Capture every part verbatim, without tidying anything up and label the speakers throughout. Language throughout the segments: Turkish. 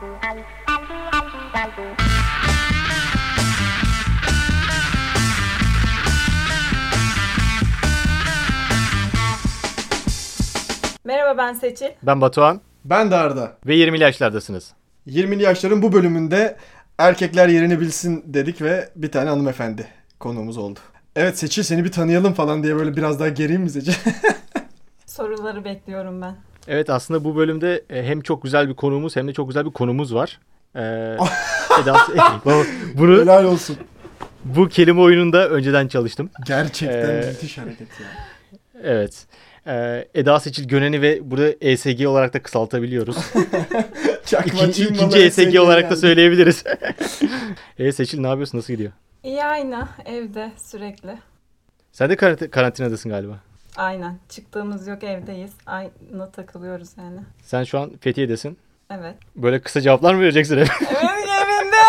Speaker 1: Merhaba, ben Seçil.
Speaker 2: Ben Batuhan.
Speaker 3: Ben de Arda.
Speaker 2: Ve yirmili yaşlardasınız.
Speaker 3: yirmili yaşların bu bölümünde erkekler yerini bilsin dedik ve bir tane hanımefendi konuğumuz oldu. Evet Seçil, seni bir tanıyalım falan diye böyle biraz daha geriyim mi Seçil?
Speaker 1: Soruları bekliyorum ben.
Speaker 2: Evet, aslında bu bölümde hem çok güzel bir konuğumuz hem de çok güzel bir konumuz var. Ee, Eda, bunu,
Speaker 3: Helal olsun.
Speaker 2: Bu kelime oyununda önceden çalıştım.
Speaker 3: Gerçekten
Speaker 2: ee,
Speaker 3: müthiş hareket ya.
Speaker 2: Evet. Ee, Eda Seçil Gönen'i ve burada E S G olarak da kısaltabiliyoruz. İkinci, ikinci E S G olarak yani da söyleyebiliriz. E Seçil, ne yapıyorsun? Nasıl gidiyor?
Speaker 1: İyi, aynı. Evde sürekli.
Speaker 2: Sen de karant- karantinadasın galiba.
Speaker 1: Aynen. Çıktığımız yok, evdeyiz. Aynı takılıyoruz yani.
Speaker 2: Sen şu an Fethiye'desin.
Speaker 1: Evet.
Speaker 2: Böyle kısa cevaplar mı vereceksin hep?
Speaker 1: Evet, yerinde.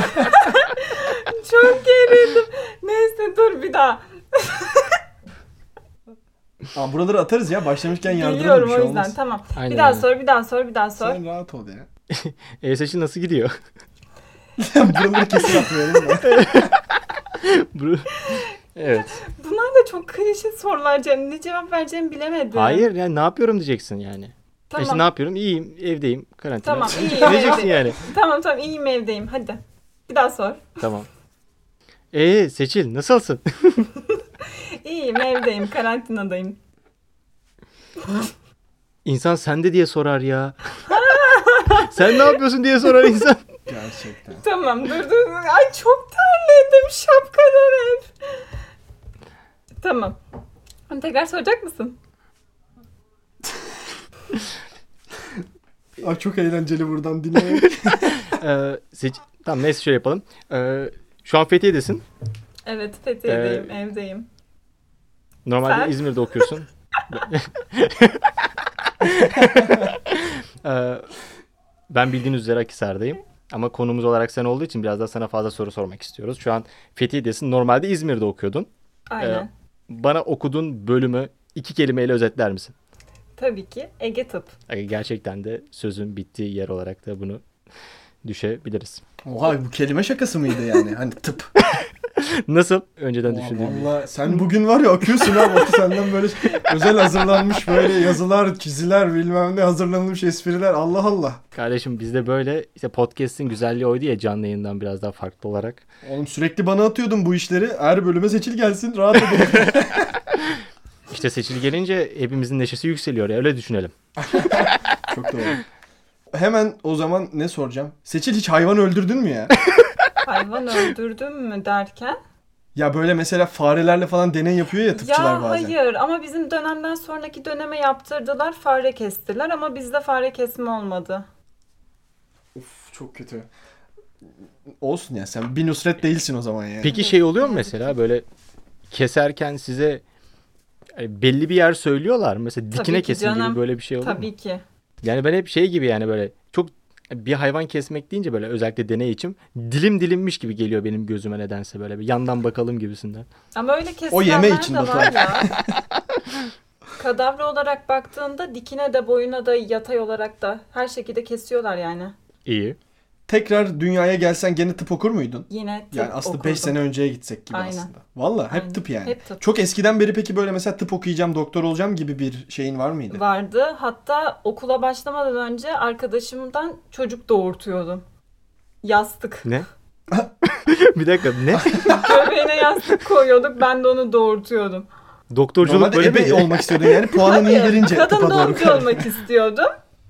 Speaker 1: Çok gerildim. Neyse, dur bir daha.
Speaker 3: Aa, buraları atarız ya. Başlamışken yardıralım,
Speaker 1: Biliyorum
Speaker 3: bir şey
Speaker 1: o yüzden.
Speaker 3: olmaz.
Speaker 1: Tamam.
Speaker 2: Aynen,
Speaker 1: bir daha
Speaker 2: aynen.
Speaker 1: sor, bir daha sor, bir daha sor.
Speaker 3: Sen rahat ol ya.
Speaker 2: E Seçil nasıl gidiyor?
Speaker 3: Buraları kesin atmayalım da.
Speaker 2: Bu- evet.
Speaker 1: Bunlar da çok klişe sorular canım. Ne cevap vereceğimi bilemedim.
Speaker 2: Hayır, yani ne yapıyorum diyeceksin yani.
Speaker 1: Tamam.
Speaker 2: İşte ne yapıyorum? İyiyim, evdeyim, karantina.
Speaker 1: Tamam, iyiyim,
Speaker 2: Diyeceksin
Speaker 1: evdeyim.
Speaker 2: yani.
Speaker 1: Tamam tamam, iyiyim, evdeyim. Hadi. Bir daha sor.
Speaker 2: Tamam. Ee Seçil, nasılsın?
Speaker 1: İyiyim, evdeyim, karantinadayım.
Speaker 2: İnsan sende diye sorar ya. Sen ne yapıyorsun diye sorar insan.
Speaker 3: Gerçekten.
Speaker 1: Tamam, dur dur. Ay, çok terledim şapkadan hep. Tamam. Tekrar soracak mısın?
Speaker 3: Aa, çok eğlenceli buradan dinlemek.
Speaker 2: ee, Seç... Tamam, neyse şöyle yapalım. Ee, şu an Fethiye'desin.
Speaker 1: Evet, Fethiye'deyim,
Speaker 2: Ee,
Speaker 1: evdeyim.
Speaker 2: Normalde
Speaker 1: Sen?
Speaker 2: İzmir'de okuyorsun. ee, ben bildiğin üzere Akhisar'dayım. Ama konumuz olarak sen olduğu için biraz daha sana fazla soru sormak istiyoruz. Şu an Fethiye'desin. Normalde İzmir'de okuyordun.
Speaker 1: Aynen.
Speaker 2: Ee, bana okuduğun bölümü iki kelimeyle özetler misin?
Speaker 1: Tabii ki Ege Tıp.
Speaker 2: Gerçekten de sözün bittiği yer olarak da bunu düşebiliriz.
Speaker 3: Oha, bu kelime şakası mıydı yani? Hani tıp.
Speaker 2: Nasıl? Önceden düşündüğüm gibi.
Speaker 3: Valla sen bugün var ya akıyorsun ha. Bak, senden böyle özel hazırlanmış böyle yazılar, çiziler, bilmem ne hazırlanmış espriler. Allah Allah.
Speaker 2: Kardeşim, bizde böyle işte podcast'in güzelliği oydu ya, canlı yayından biraz daha farklı olarak.
Speaker 3: Oğlum sürekli bana atıyordun bu işleri. Her bölüme Seçil gelsin, rahat edin.
Speaker 2: İşte Seçil gelince hepimizin neşesi yükseliyor ya, öyle düşünelim.
Speaker 3: Çok doğru. Hemen o zaman ne soracağım? Seçil, hiç hayvan öldürdün mü ya?
Speaker 1: Hayvan öldürdüm mü derken?
Speaker 3: Ya böyle mesela farelerle falan deney yapıyor ya tıpçılar
Speaker 1: Ya
Speaker 3: bazen.
Speaker 1: hayır, ama bizim dönemden sonraki döneme yaptırdılar, fare kestiler ama bizde fare kesme olmadı.
Speaker 3: Uf, çok kötü. Olsun ya, sen bir Nusret değilsin o zaman yani.
Speaker 2: Peki şey oluyor mu mesela, böyle keserken size hani belli bir yer söylüyorlar mı? Mesela dikine
Speaker 1: Tabii ki
Speaker 2: kesin
Speaker 1: canım.
Speaker 2: gibi böyle bir şey oluyor mu?
Speaker 1: Tabii ki.
Speaker 2: Yani ben hep şey gibi, yani böyle çok bir hayvan kesmek deyince böyle özellikle deney için dilim dilimmiş gibi geliyor benim gözüme nedense, böyle bir yandan bakalım gibisinden.
Speaker 1: Ama öyle
Speaker 3: O yeme
Speaker 1: kesilenler
Speaker 3: için
Speaker 1: de
Speaker 3: Batuhan.
Speaker 1: var ya. Kadavra olarak baktığında dikine de boyuna da yatay olarak da her şekilde kesiyorlar yani.
Speaker 2: İyi.
Speaker 3: Tekrar dünyaya gelsen gene tıp okur muydun?
Speaker 1: Yine tıp
Speaker 3: Yani aslında
Speaker 1: okurdum.
Speaker 3: beş sene önceye gitsek gibi
Speaker 1: Aynen.
Speaker 3: aslında. Valla hep
Speaker 1: Aynen.
Speaker 3: tıp yani.
Speaker 1: Hep tıp.
Speaker 3: Çok eskiden beri peki böyle mesela tıp okuyacağım, doktor olacağım gibi bir şeyin var mıydı?
Speaker 1: Vardı. Hatta okula başlamadan önce arkadaşımdan çocuk doğurtuyordum. Yastık.
Speaker 2: Ne? Bir dakika, ne?
Speaker 1: Göbeğine yastık koyuyorduk. Ben de onu doğurtuyordum.
Speaker 2: Doktorculuk
Speaker 3: Normalde
Speaker 2: böyle
Speaker 3: ebe
Speaker 2: mi?
Speaker 3: olmak istiyordun yani, puanın iyi
Speaker 1: Hayır,
Speaker 3: gelince
Speaker 1: kadın
Speaker 3: tıpa doğru
Speaker 1: doğumcu
Speaker 3: kaydı.
Speaker 1: olmak istiyordum.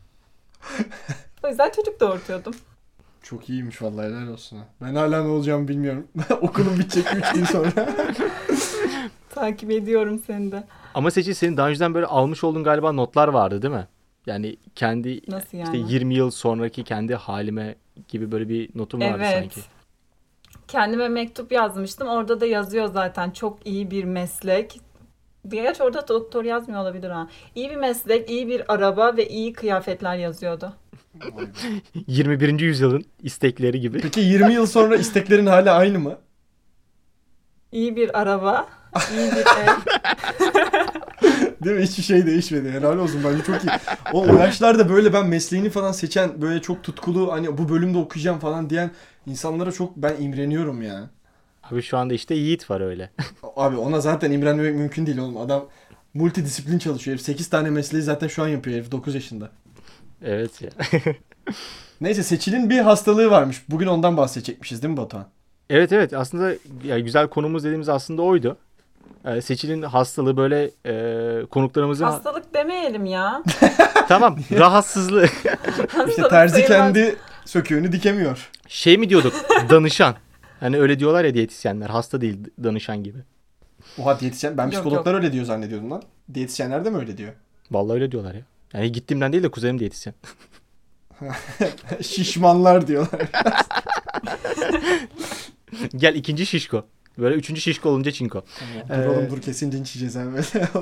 Speaker 1: O yüzden çocuk doğurtuyordum.
Speaker 3: Çok iyiymiş vallahi, helal olsun. Ha. Ben hala ne olacağımı bilmiyorum. Okulum bitecek üç gün sonra.
Speaker 1: Takip ediyorum seni de.
Speaker 2: Ama Seçil, senin daha önceden böyle almış olduğun galiba notlar vardı değil mi? Yani kendi
Speaker 1: Nasıl
Speaker 2: işte
Speaker 1: yani?
Speaker 2: yirmi yıl sonraki kendi halime gibi böyle bir notum vardı
Speaker 1: Evet.
Speaker 2: sanki.
Speaker 1: Kendime mektup yazmıştım. Orada da yazıyor zaten, çok iyi bir meslek. Gerçi orada doktor yazmıyor olabilir ha. İyi bir meslek, iyi bir araba ve iyi kıyafetler yazıyordu.
Speaker 2: yirmi birinci yüzyılın istekleri gibi.
Speaker 3: Peki yirmi yıl sonra isteklerin hala aynı mı?
Speaker 1: İyi bir araba, iyi bir ev.
Speaker 3: Değil mi? Hiçbir şey değişmedi. Helal olsun, bence çok iyi. O, o yaşlarda böyle ben mesleğini falan seçen, böyle çok tutkulu, hani bu bölümde okuyacağım falan diyen insanlara çok ben imreniyorum ya.
Speaker 2: Abi şu anda işte Yiğit var öyle.
Speaker 3: Abi ona zaten imrenmemek mümkün değil oğlum. Adam multidisiplin çalışıyor. Herif sekiz tane mesleği zaten şu an yapıyor herif dokuz yaşında.
Speaker 2: Evet ya.
Speaker 3: Neyse, Seçil'in bir hastalığı varmış. Bugün ondan bahsedecekmişiz değil mi Batuhan?
Speaker 2: Evet evet, aslında ya güzel konumuz dediğimiz aslında oydu. Ee, Seçil'in hastalığı böyle e, konuklarımızın...
Speaker 1: Hastalık demeyelim ya.
Speaker 2: Tamam, rahatsızlığı.
Speaker 3: İşte
Speaker 1: Hastalık
Speaker 3: terzi
Speaker 1: sayılmaz.
Speaker 3: kendi söküğünü dikemiyor.
Speaker 2: Şey mi diyorduk? Danışan. Hani öyle diyorlar ya diyetisyenler. Hasta değil, danışan gibi.
Speaker 3: Oha, diyetisyen. Ben
Speaker 1: Yok,
Speaker 3: psikologlar
Speaker 1: yok.
Speaker 3: öyle diyor zannediyordum lan. Diyetisyenler de mi öyle diyor?
Speaker 2: Vallahi öyle diyorlar ya. Yani gittiğimden değil de kuzenim diyetisyen.
Speaker 3: Şişmanlar diyorlar.
Speaker 2: Gel ikinci şişko. Böyle üçüncü şişko olunca çinko.
Speaker 3: Dur
Speaker 2: Ee,
Speaker 3: oğlum dur, kesin linç yiyeceğiz abi.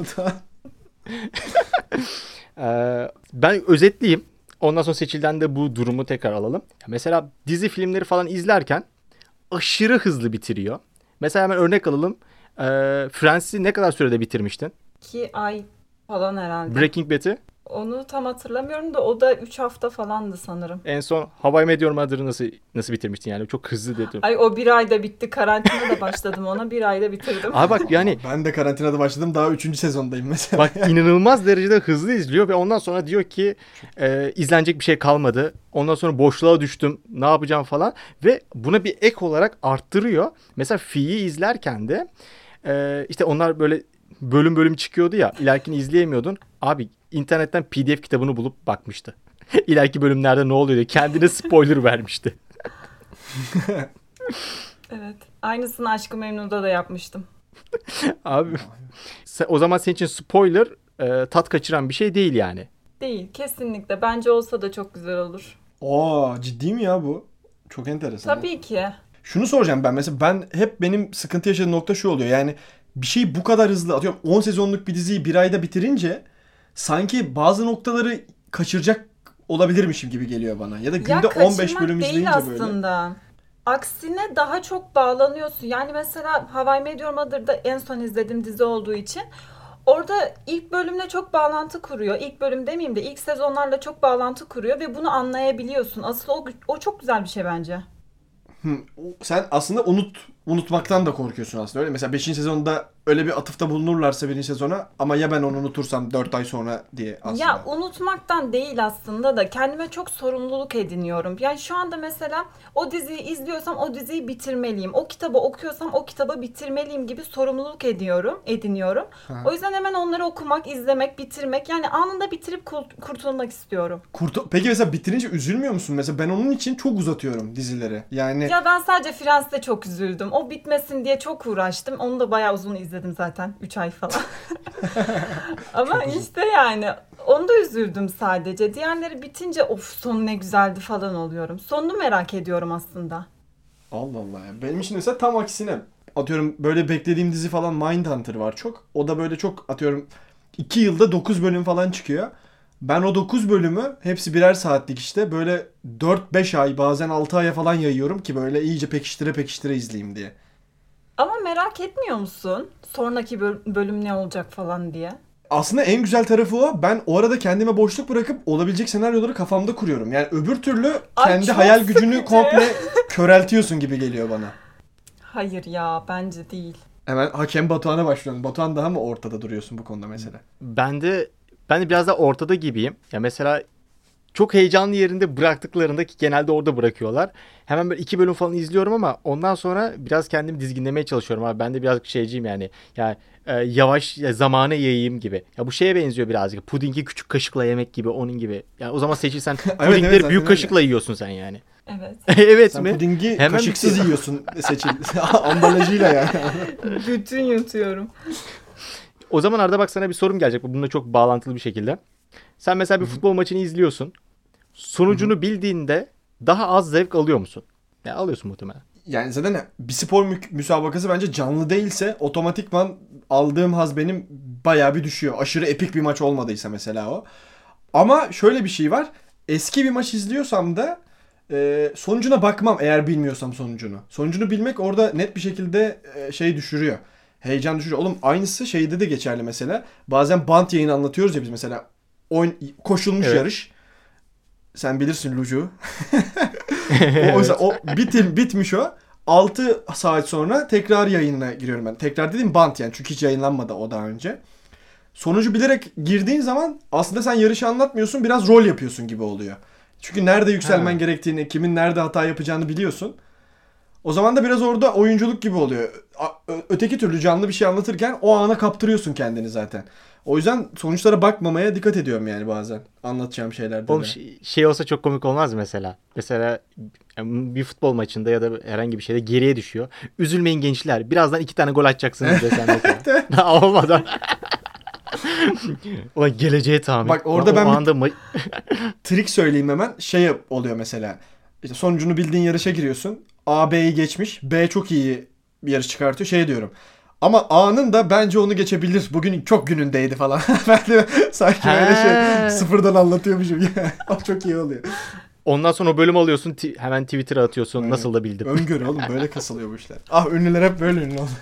Speaker 2: Ee, ben özetleyeyim. Ondan sonra Seçil'den de bu durumu tekrar alalım. Mesela dizi filmleri falan izlerken aşırı hızlı bitiriyor. Mesela hemen örnek alalım. Ee, Friends'i ne kadar sürede bitirmiştin?
Speaker 1: İki ay falan herhalde.
Speaker 2: Breaking Bad'i
Speaker 1: Onu tam hatırlamıyorum da o da üç hafta falandı sanırım.
Speaker 2: en son How I Met Your Mother'ı nasıl nasıl bitirmiştin yani? Çok hızlı dedim.
Speaker 1: Ay o bir ayda bitti. Karantina da başladım ona. Bir ayda bitirdim.
Speaker 2: Abi bak yani
Speaker 3: Ben de karantinada başladım. Daha üçüncü sezondayım mesela.
Speaker 2: bak inanılmaz derecede hızlı izliyor ve ondan sonra diyor ki e, izlenecek bir şey kalmadı. Ondan sonra boşluğa düştüm. Ne yapacağım falan ve buna bir ek olarak arttırıyor. Mesela Fi'yi izlerken de e, işte onlar böyle bölüm bölüm çıkıyordu ya. İlerikini izleyemiyordun. Abi internetten P D F kitabını bulup bakmıştı. İleriki bölümlerde ne oluyor diye kendine spoiler vermişti.
Speaker 1: Evet. Aynısını Aşk-ı Memnu'da da yapmıştım.
Speaker 2: Abi sen- o zaman senin için spoiler e, tat kaçıran bir şey değil yani.
Speaker 1: Değil. Kesinlikle. Bence olsa da çok güzel olur.
Speaker 3: Oo, ciddi mi ya bu? Çok enteresan.
Speaker 1: Tabii ki.
Speaker 3: Şunu soracağım ben mesela, ben hep benim sıkıntı yaşadığım nokta şu oluyor. Yani bir şey bu kadar hızlı, atıyorum on sezonluk bir diziyi bir ayda bitirince sanki bazı noktaları kaçıracak olabilirmişim gibi geliyor bana. Ya da günde
Speaker 1: ya
Speaker 3: on beş
Speaker 1: kaçırmak
Speaker 3: bölüm
Speaker 1: değil
Speaker 3: izleyince böyle.
Speaker 1: aslında. Aksine daha çok bağlanıyorsun. Yani mesela How I Met Your Mother'da en son izlediğim dizi olduğu için orada ilk bölümle çok bağlantı kuruyor. İlk bölüm demeyeyim de ilk sezonlarla çok bağlantı kuruyor ve bunu anlayabiliyorsun. Asıl o, o çok güzel bir şey bence.
Speaker 3: Hı, sen aslında unut unutmaktan da korkuyorsun aslında, öyle. Mesela beşinci sezonda öyle bir atıfta bulunurlarsa birinci sezona, ama ya ben onu unutursam dört ay sonra diye aslında.
Speaker 1: Ya unutmaktan değil aslında da kendime çok sorumluluk ediniyorum. Yani şu anda mesela o diziyi izliyorsam o diziyi bitirmeliyim. O kitabı okuyorsam o kitabı bitirmeliyim gibi sorumluluk ediyorum, ediniyorum.
Speaker 3: Ha.
Speaker 1: O yüzden hemen onları okumak, izlemek, bitirmek, yani anında bitirip kurt- kurtulmak istiyorum.
Speaker 3: Kurtu- Peki mesela bitirince üzülmüyor musun? Mesela ben onun için çok uzatıyorum dizileri. Yani
Speaker 1: Ya ben sadece Friends'te çok üzüldüm. O bitmesin diye çok uğraştım. Onu da bayağı uzun izledim zaten. üç ay falan. Ama işte yani onu da üzüldüm sadece. Diğerleri bitince of sonu ne güzeldi falan oluyorum. Sonunu merak ediyorum aslında.
Speaker 3: Allah Allah ya. Benim için mesela tam aksine. Atıyorum böyle beklediğim dizi falan Mindhunter var çok. O da böyle çok, atıyorum iki yılda dokuz bölüm falan çıkıyor. Ben o dokuz bölümü hepsi birer saatlik işte böyle dört beş ay, bazen altı aya falan yayıyorum ki böyle iyice pekiştire pekiştire izleyeyim diye.
Speaker 1: Ama merak etmiyor musun? Sonraki böl- bölüm ne olacak falan diye.
Speaker 3: Aslında en güzel tarafı o. Ben o arada kendime boşluk bırakıp olabilecek senaryoları kafamda kuruyorum. Yani öbür türlü
Speaker 1: Ay,
Speaker 3: kendi
Speaker 1: çok
Speaker 3: hayal gücünü
Speaker 1: sıkıcı.
Speaker 3: komple köreltiyorsun gibi geliyor bana.
Speaker 1: Hayır ya bence değil.
Speaker 3: Hemen hakem Batuhan'a başlıyorum. Batuhan daha mı ortada duruyorsun bu konuda mesela?
Speaker 2: Ben de ben de biraz da ortada gibiyim. Ya mesela çok heyecanlı yerinde bıraktıklarında, ki genelde orada bırakıyorlar. Hemen böyle iki bölüm falan izliyorum ama ondan sonra biraz kendimi dizginlemeye çalışıyorum abi. Ben de biraz şeyciyim yani. Ya e, yavaş ya, zamana yayayım gibi. Ya bu şeye benziyor birazcık. Pudingi küçük kaşıkla yemek gibi, onun gibi. Yani o zaman seçilsen pudingleri
Speaker 3: evet, zaten
Speaker 2: büyük
Speaker 3: öyle.
Speaker 2: kaşıkla yiyorsun sen yani.
Speaker 1: Evet.
Speaker 2: Evet
Speaker 3: Sen
Speaker 2: mi?
Speaker 3: pudingi
Speaker 2: Hemen
Speaker 3: kaşıksız
Speaker 2: bitiyor.
Speaker 3: yiyorsun Seçil. Ambalajıyla yani.
Speaker 1: Bütün yutuyorum.
Speaker 2: O zaman Arda bak, sana bir sorum gelecek. Bununla çok bağlantılı bir şekilde. Sen mesela bir futbol maçını izliyorsun. Sonucunu bildiğinde daha az zevk alıyor musun? Ya alıyorsun muhtemelen.
Speaker 3: Yani zaten bir spor mü- müsabakası bence canlı değilse otomatikman aldığım haz benim bayağı bir düşüyor. Aşırı epik bir maç olmadıysa mesela o. Ama şöyle bir şey var. Eski bir maç izliyorsam da e, sonucuna bakmam eğer bilmiyorsam sonucunu. Sonucunu bilmek orada net bir şekilde e, şey düşürüyor. Heyecan düşürüyor. Oğlum aynısı şeyde de geçerli mesela. Bazen bant yayını anlatıyoruz ya biz mesela. Oyun, koşulmuş evet. yarış. Sen bilirsin Lucu. o, o, o bitir, bitmiş o. altı saat sonra tekrar yayınına giriyorum ben. Tekrar dediğim bant yani. Çünkü hiç yayınlanmadı o daha önce. Sonucu bilerek girdiğin zaman aslında sen yarışı anlatmıyorsun. Biraz rol yapıyorsun gibi oluyor. Çünkü nerede yükselmen ha. gerektiğini, kimin nerede hata yapacağını biliyorsun. O zaman da biraz orada oyunculuk gibi oluyor. Öteki türlü canlı bir şey anlatırken o ana kaptırıyorsun kendini zaten. O yüzden sonuçlara bakmamaya dikkat ediyorum yani bazen anlatacağım şeylerde.
Speaker 2: Oğlum şey, şey olsa çok komik olmaz mı mesela? Mesela bir futbol maçında ya da herhangi bir şeyde geriye düşüyor. Üzülmeyin gençler. Birazdan iki tane gol atacaksınız desen mesela. Olmadan. Ulan geleceğe tahmin.
Speaker 3: Bak orada o, ben o anda ma- trik söyleyeyim hemen. Şey oluyor mesela. İşte sonucunu bildiğin yarışa giriyorsun. A B'yi geçmiş. B çok iyi bir yarış çıkartıyor. Şey diyorum. Ama A'nın da bence onu geçebilir. Bugün çok günündeydi falan. Ben de sanki öyle şey sıfırdan anlatıyormuşum. O çok iyi oluyor.
Speaker 2: Ondan sonra o bölümü alıyorsun. T- hemen Twitter'a atıyorsun. Evet. Nasıl da bildim.
Speaker 3: Öngörü oğlum. Böyle kasılıyor bu işler. Ah ünlüler hep böyle ünlü oluyor.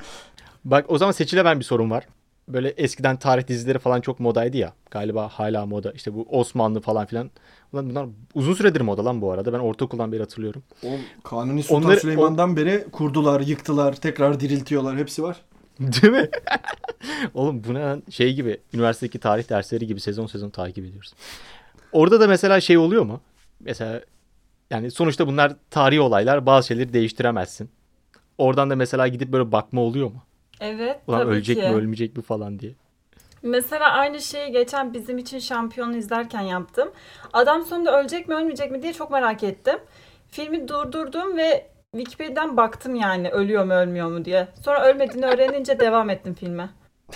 Speaker 2: Bak o zaman Seçil'e ben bir sorum var. Böyle eskiden tarih dizileri falan çok modaydı ya. Galiba hala moda. İşte bu Osmanlı falan filan. Ulan bunlar uzun süredir moda lan bu arada. Ben ortaokuldan beri hatırlıyorum.
Speaker 3: O Kanuni Sultan
Speaker 2: Onları,
Speaker 3: Süleyman'dan o... beri kurdular, yıktılar, tekrar diriltiyorlar. Hepsi var.
Speaker 2: Değil mi? Oğlum bu ne şey gibi. Üniversitedeki tarih dersleri gibi sezon sezon takip ediyoruz. Orada da mesela şey oluyor mu? Mesela yani sonuçta bunlar tarihi olaylar. Bazı şeyleri değiştiremezsin. Oradan da mesela gidip böyle bakma oluyor mu?
Speaker 1: Evet
Speaker 2: Ulan
Speaker 1: tabii
Speaker 2: ölecek
Speaker 1: ki.
Speaker 2: mi ölmeyecek mi falan diye.
Speaker 1: Mesela aynı şeyi geçen Bizim için Şampiyonu izlerken yaptım. Adam sonunda ölecek mi ölmeyecek mi diye çok merak ettim. Filmi durdurdum ve Wikipedia'dan baktım yani ölüyor mu ölmüyor mu diye. Sonra ölmediğini öğrenince devam ettim filme.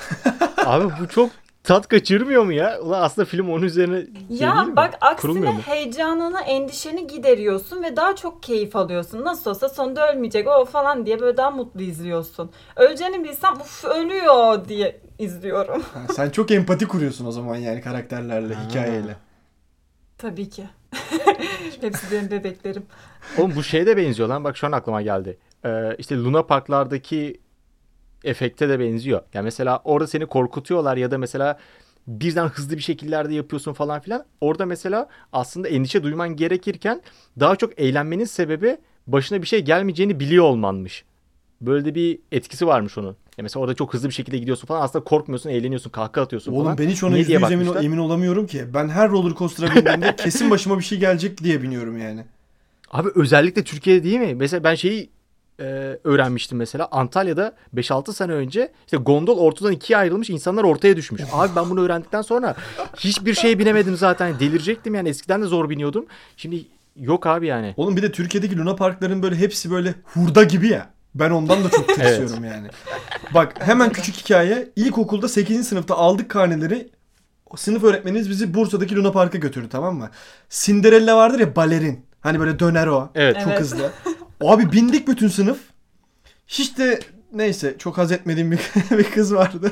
Speaker 2: Abi bu çok tat kaçırmıyor mu ya? Ulan aslında film onun üzerine şey
Speaker 1: ya
Speaker 2: değil mi?
Speaker 1: bak aksine heyecanını, endişeni gideriyorsun ve daha çok keyif alıyorsun. Nasıl olsa sonunda ölmeyecek o falan diye böyle daha mutlu izliyorsun. Öleceğini bilsem uf ölüyor diye izliyorum.
Speaker 3: Ha, sen çok empati kuruyorsun o zaman yani karakterlerle, ha. hikayeyle.
Speaker 1: Tabii ki. Hepsi benim bebeklerim.
Speaker 2: Oğlum bu şeye de benziyor lan. Bak şu an aklıma geldi. Ee, işte Luna Parklardaki efekte de benziyor. Yani mesela orada seni korkutuyorlar ya da mesela birden hızlı bir şekillerde yapıyorsun falan filan. Orada mesela aslında endişe duyman gerekirken daha çok eğlenmenin sebebi başına bir şey gelmeyeceğini biliyor olmanmış. Böyle de bir etkisi varmış onun. Ya mesela orada çok hızlı bir şekilde gidiyorsun falan. Aslında korkmuyorsun, eğleniyorsun, kahkaha atıyorsun
Speaker 3: Oğlum
Speaker 2: falan.
Speaker 3: Oğlum ben hiç ona yüzde yüz emin, emin olamıyorum ki. Ben her roller coaster'a bindiğimde kesin başıma bir şey gelecek diye biniyorum yani.
Speaker 2: Abi özellikle Türkiye'de değil mi? Mesela ben şeyi e, öğrenmiştim mesela. Antalya'da beş altı sene önce işte gondol ortadan ikiye ayrılmış, insanlar ortaya düşmüş. Abi ben bunu öğrendikten sonra hiçbir şeye binemedim zaten. Delirecektim yani. Eskiden de zor biniyordum. Şimdi yok abi yani.
Speaker 3: Oğlum bir de Türkiye'deki Luna Parkların böyle hepsi böyle hurda gibi ya. Ben ondan da çok tırsıyorum evet. yani. Bak hemen küçük hikaye. İlkokulda sekizinci sınıfta aldık karneleri. Sınıf öğretmenimiz bizi Bursa'daki Luna Park'a götürdü, tamam mı? Cinderella vardır ya, balerin. Hani böyle döner o.
Speaker 2: Evet.
Speaker 3: Çok
Speaker 1: evet.
Speaker 3: hızlı. Abi bindik bütün sınıf. Hiç de neyse çok haz etmediğim bir, bir kız vardı.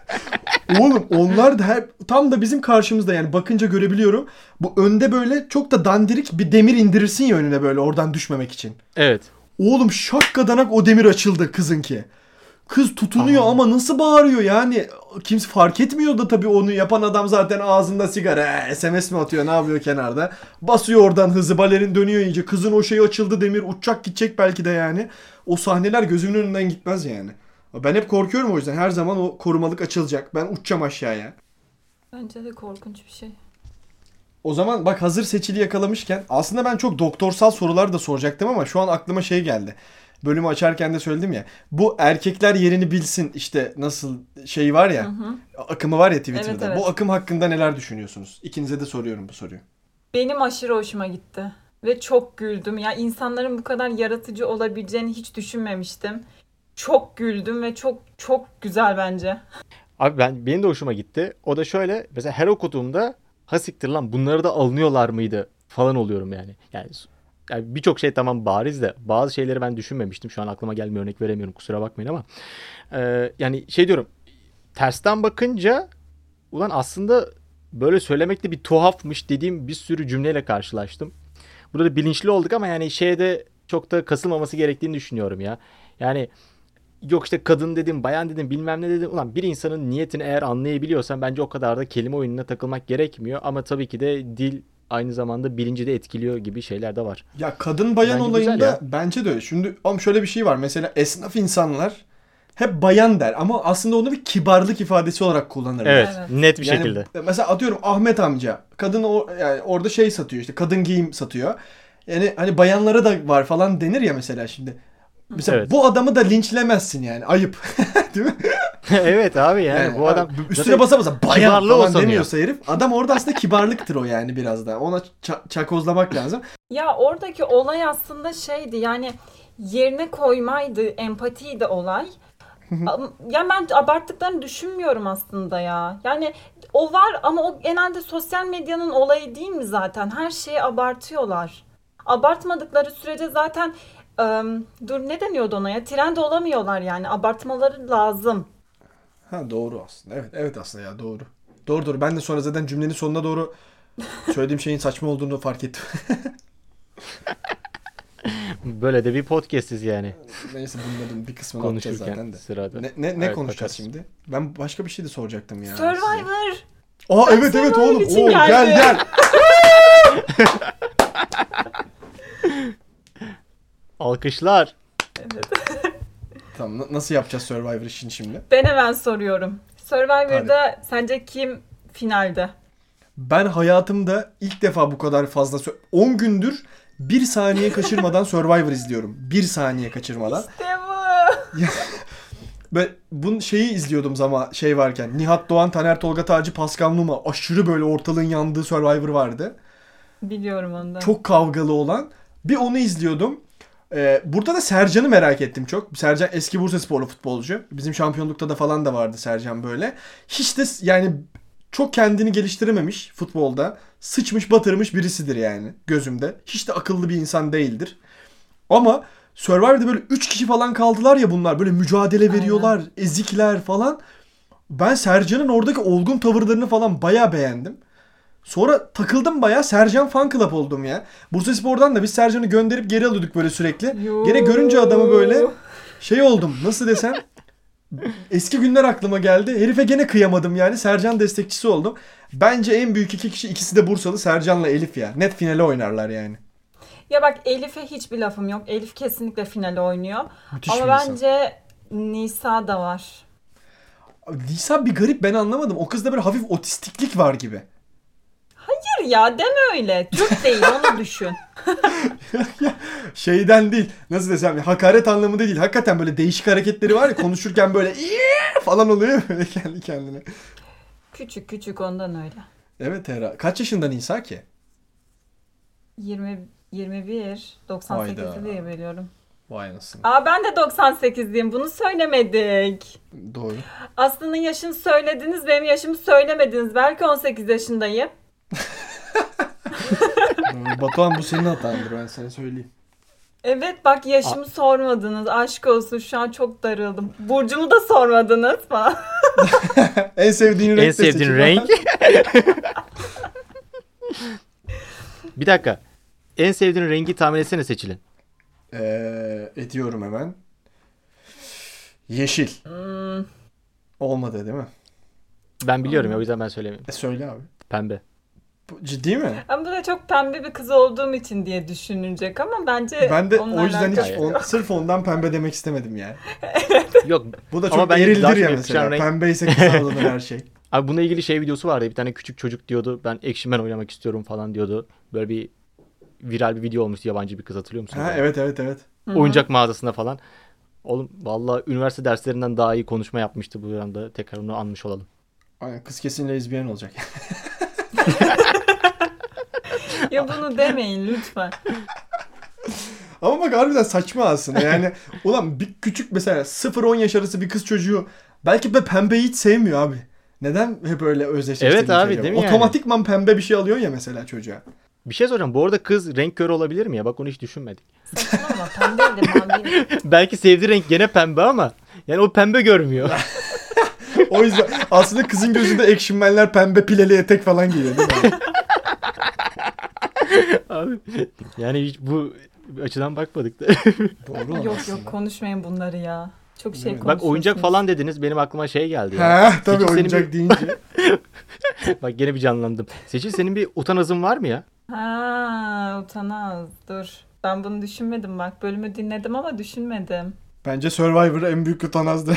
Speaker 3: Oğlum onlar da hep tam da bizim karşımızda yani bakınca görebiliyorum. Bu önde böyle çok da dandirik bir demir indirirsin ya önüne böyle oradan düşmemek için.
Speaker 2: Evet.
Speaker 3: Oğlum şakkadanak o demir açıldı kızınki. Kız tutunuyor Aha. ama nasıl bağırıyor yani. Kimse fark etmiyor da tabii onu yapan adam zaten ağzında sigara. S M S mi atıyor, ne yapıyor kenarda. Basıyor oradan hızı, balerin dönüyor iyice. Kızın o şeyi açıldı, demir uçacak gidecek belki de yani. O sahneler gözümün önünden gitmez yani. Ben hep korkuyorum o yüzden. Her zaman o korumalık açılacak. Ben uçacağım aşağıya.
Speaker 1: Bence de korkunç bir şey.
Speaker 3: O zaman bak hazır Seçil'i yakalamışken aslında ben çok doktorsal sorular da soracaktım ama şu an aklıma şey geldi. Bölümü açarken de söyledim ya. Bu erkekler yerini bilsin işte nasıl şey var ya. Hı hı. Akımı var ya Twitter'da. Evet, evet. Bu akım hakkında neler düşünüyorsunuz? İkinize de soruyorum bu soruyu.
Speaker 1: Benim aşırı hoşuma gitti. Ve çok güldüm. Ya insanların bu kadar yaratıcı olabileceğini hiç düşünmemiştim. Çok güldüm ve çok çok güzel bence.
Speaker 2: Abi ben benim de hoşuma gitti. O da şöyle mesela her okuduğumda ha siktir lan bunları da alınıyorlar mıydı falan oluyorum yani. Yani, yani birçok şey tamam bariz de bazı şeyleri ben düşünmemiştim. Şu an aklıma gelmiyor, örnek veremiyorum, kusura bakmayın ama e, yani şey diyorum, tersten bakınca ulan aslında böyle söylemek de bir tuhafmış dediğim bir sürü cümleyle karşılaştım. Burada da bilinçli olduk ama yani şeye de çok da kasılmaması gerektiğini düşünüyorum ya. Yani yok işte kadın dedim, bayan dedim, bilmem ne dedim. Ulan bir insanın niyetini eğer anlayabiliyorsan bence o kadar da kelime oyununa takılmak gerekmiyor. Ama tabii ki de dil aynı zamanda bilinci de etkiliyor gibi şeyler de var.
Speaker 3: Ya kadın bayan
Speaker 2: Bence
Speaker 3: olayında
Speaker 2: güzel ya.
Speaker 3: bence de öyle. Şimdi ama şöyle bir şey var. Mesela esnaf insanlar hep bayan der ama aslında onu bir kibarlık ifadesi olarak kullanırlar.
Speaker 2: Evet,
Speaker 1: Evet.
Speaker 2: net bir
Speaker 3: Yani
Speaker 2: şekilde.
Speaker 3: mesela atıyorum Ahmet amca kadın o, yani orada şey satıyor işte kadın giyim satıyor. Yani hani bayanlara da var falan denir ya mesela şimdi. Mesela
Speaker 2: Evet.
Speaker 3: bu adamı da linçlemezsin yani. Ayıp. Değil mi?
Speaker 2: Evet abi yani,
Speaker 3: Yani
Speaker 2: bu adam
Speaker 3: abi üstüne
Speaker 2: zaten
Speaker 3: basa basa bayan
Speaker 2: kibarlığı
Speaker 3: falan
Speaker 2: o sanıyor.
Speaker 3: demiyorsa herif. Adam orada aslında kibarlıktır o yani biraz da. Ona ça- çakozlamak lazım.
Speaker 1: Ya oradaki olay aslında şeydi yani yerine koymaydı, empatiydi olay. Am- ya ben abarttıklarını düşünmüyorum aslında ya. Yani o var ama o genelde sosyal medyanın olayı değil mi zaten? Her şeyi abartıyorlar. Abartmadıkları sürece zaten ım, dur ne deniyordu ona ya? Trend olamıyorlar yani. Abartmaları lazım.
Speaker 3: Ha doğru aslında. Evet evet aslında ya doğru. Doğru doğru. Ben de sonra zaten cümlenin sonuna doğru söylediğim şeyin saçma olduğunu fark ettim.
Speaker 2: böyle de bir podcast'iz yani.
Speaker 3: Neyse bunların bir kısmını atacağız zaten
Speaker 2: Konuşurken
Speaker 3: de.
Speaker 2: sırada.
Speaker 3: Ne, ne, ne
Speaker 2: Evet,
Speaker 3: konuşacağız
Speaker 2: bakarız.
Speaker 3: şimdi? Ben başka bir şey de soracaktım ya. size.
Speaker 1: Survivor.
Speaker 3: Aa
Speaker 1: Ben
Speaker 3: evet evet
Speaker 1: Survivor
Speaker 3: oğlum.
Speaker 1: için
Speaker 3: Oo, gel
Speaker 1: geldim.
Speaker 3: gel.
Speaker 2: Alkışlar.
Speaker 3: Tamam na- nasıl yapacağız Survivor işini şimdi?
Speaker 1: Ben hemen soruyorum. Survivor'da sence kim finalde?
Speaker 3: Ben hayatımda ilk defa bu kadar fazla sö- on gündür bir saniye kaçırmadan Survivor izliyorum. Bir saniye kaçırmadan.
Speaker 1: İşte bu.
Speaker 3: Ben bunun şeyi izliyordum ama şey varken Nihat Doğan, Taner Tolga Taci, Pascal Numa aşırı böyle ortalığın yandığı Survivor vardı.
Speaker 1: Biliyorum onu da.
Speaker 3: Çok kavgalı olan. Bir onu izliyordum. Ee, burada da Sercan'ı merak ettim çok. Sercan eski Bursasporlu futbolcu. Bizim şampiyonlukta da falan da vardı Sercan böyle. Hiç de yani çok kendini geliştirememiş futbolda. Sıçmış batırmış birisidir yani gözümde. Hiç de akıllı bir insan değildir. Ama Survivor'da böyle üç kişi falan kaldılar ya bunlar. Böyle mücadele veriyorlar.
Speaker 1: Aynen.
Speaker 3: Ezikler falan. Ben Sercan'ın oradaki olgun tavırlarını falan bayağı beğendim. Sonra takıldım bayağı. Sercan fan club oldum ya. Bursaspor'dan da biz Sercan'ı gönderip geri alıyorduk böyle sürekli.
Speaker 1: Yoo.
Speaker 3: Gene görünce adamı böyle şey oldum. Nasıl desem. Eski günler aklıma geldi. Herife gene kıyamadım yani. Sercan destekçisi oldum. Bence en büyük iki kişi ikisi de Bursalı. Sercan'la Elif ya. Net finale oynarlar yani.
Speaker 1: Ya bak Elif'e hiçbir lafım yok. Elif kesinlikle finale oynuyor.
Speaker 3: Müthiş
Speaker 1: Ama
Speaker 3: bir insan.
Speaker 1: bence Nisa da var.
Speaker 3: Nisa bir garip ben anlamadım. O kızda böyle hafif otistiklik var gibi.
Speaker 1: Hayır ya deme öyle. Türk değil onu düşün.
Speaker 3: Şeyden değil. Nasıl desem hakaret anlamında değil. Hakikaten böyle değişik hareketleri var ya konuşurken böyle "İyi!" falan oluyor böyle kendi kendine.
Speaker 1: Küçük küçük ondan öyle.
Speaker 3: Evet Hera. Kaç yaşında Nisa ki?
Speaker 1: yirmi yirmi bir doksan sekizli
Speaker 3: Hayda.
Speaker 1: diye biliyorum.
Speaker 3: Vay anasını.
Speaker 1: Aa ben de doksan sekizliyim. Bunu söylemedik.
Speaker 3: Doğru.
Speaker 1: Aslı'nın yaşını söylediniz, benim yaşımı söylemediniz. Belki on sekiz yaşındayım.
Speaker 3: Doğru. Batuhan bu senin hatandır ben sana söyleyeyim.
Speaker 1: Evet bak yaşımı sormadınız. Aşk olsun şu an çok darıldım. Burcumu da sormadınız falan.
Speaker 3: En sevdiğin renk
Speaker 2: En
Speaker 3: de
Speaker 2: sevdiğin
Speaker 3: seçim.
Speaker 2: renk. Bir dakika. En sevdiğin rengi tahmin etsene Seçil'in.
Speaker 3: Ee, ediyorum hemen. Yeşil.
Speaker 1: Hmm,
Speaker 3: Olmadı değil mi?
Speaker 2: Ben biliyorum ya, o yüzden ben söylemiyorum.
Speaker 3: E söyle abi.
Speaker 2: Pembe.
Speaker 3: Bu, ciddi mi?
Speaker 1: ama bu da çok pembe bir kız olduğum için diye düşünülecek ama bence
Speaker 3: Ben de
Speaker 1: onunla
Speaker 3: o yüzden hiç
Speaker 1: alakası
Speaker 3: on,
Speaker 1: yok.
Speaker 3: sırf ondan pembe demek istemedim yani.
Speaker 2: Yok.
Speaker 3: Bu da
Speaker 2: Ama
Speaker 3: çok
Speaker 2: bence
Speaker 3: erildir
Speaker 2: daha
Speaker 3: ya
Speaker 2: çok
Speaker 3: mesela.
Speaker 2: yakışan renk-
Speaker 3: Pembe ise kısa alınır her şey.
Speaker 2: Abi bununla ilgili şey videosu vardı. Bir tane küçük çocuk diyordu. Ben Action Man oynamak istiyorum falan diyordu. Böyle bir viral bir video olmuştu, yabancı bir kız, hatırlıyor musun?
Speaker 3: Ha evet evet evet.
Speaker 1: Hı hı.
Speaker 2: Oyuncak mağazasında falan. Oğlum vallahi üniversite derslerinden daha iyi konuşma yapmıştı, bu anda tekrar onu anmış olalım.
Speaker 3: Aynen, kız kesin lezbiyen olacak.
Speaker 1: Ya bunu demeyin lütfen.
Speaker 3: Ama bak harbiden saçma aslında. Yani ulan bir küçük mesela sıfır on yaş arası bir kız çocuğu belki de pembeyi hiç sevmiyor abi. Neden hep öyle özdeşleştirdiğin
Speaker 2: Evet abi,
Speaker 3: şeyler?
Speaker 2: değil mi yani?
Speaker 3: Otomatikman pembe bir şey alıyorsun ya mesela çocuğa.
Speaker 2: Bir şey soracağım. Bu arada kız renk körü olabilir mi ya? Bak onu hiç düşünmedik.
Speaker 1: Saçmalama pembe de mavi.
Speaker 2: Belki sevdiği renk gene pembe ama yani o pembe görmüyor.
Speaker 3: O yüzden aslında kızın gözünde Action Man'ler pembe pileli etek falan giyiyor değil mi?
Speaker 2: Abi yani hiç bu açıdan bakmadık da.
Speaker 3: Doğru
Speaker 1: Yok
Speaker 3: aslında.
Speaker 1: yok konuşmayın bunları ya. Çok şey
Speaker 3: Evet.
Speaker 1: konuşuyorsunuz.
Speaker 2: Bak oyuncak falan dediniz. Benim aklıma şey geldi ya.
Speaker 3: He tabii
Speaker 2: Seçil, senin
Speaker 3: oyuncak
Speaker 2: bir-
Speaker 3: deyince.
Speaker 2: Bak gene bir canlandım. Seçil senin bir utanazın var mı ya?
Speaker 1: Ha, utanaz. Dur. Ben bunu düşünmedim bak. Bölümü dinledim ama düşünmedim.
Speaker 3: Bence Survivor en büyük utanazdı.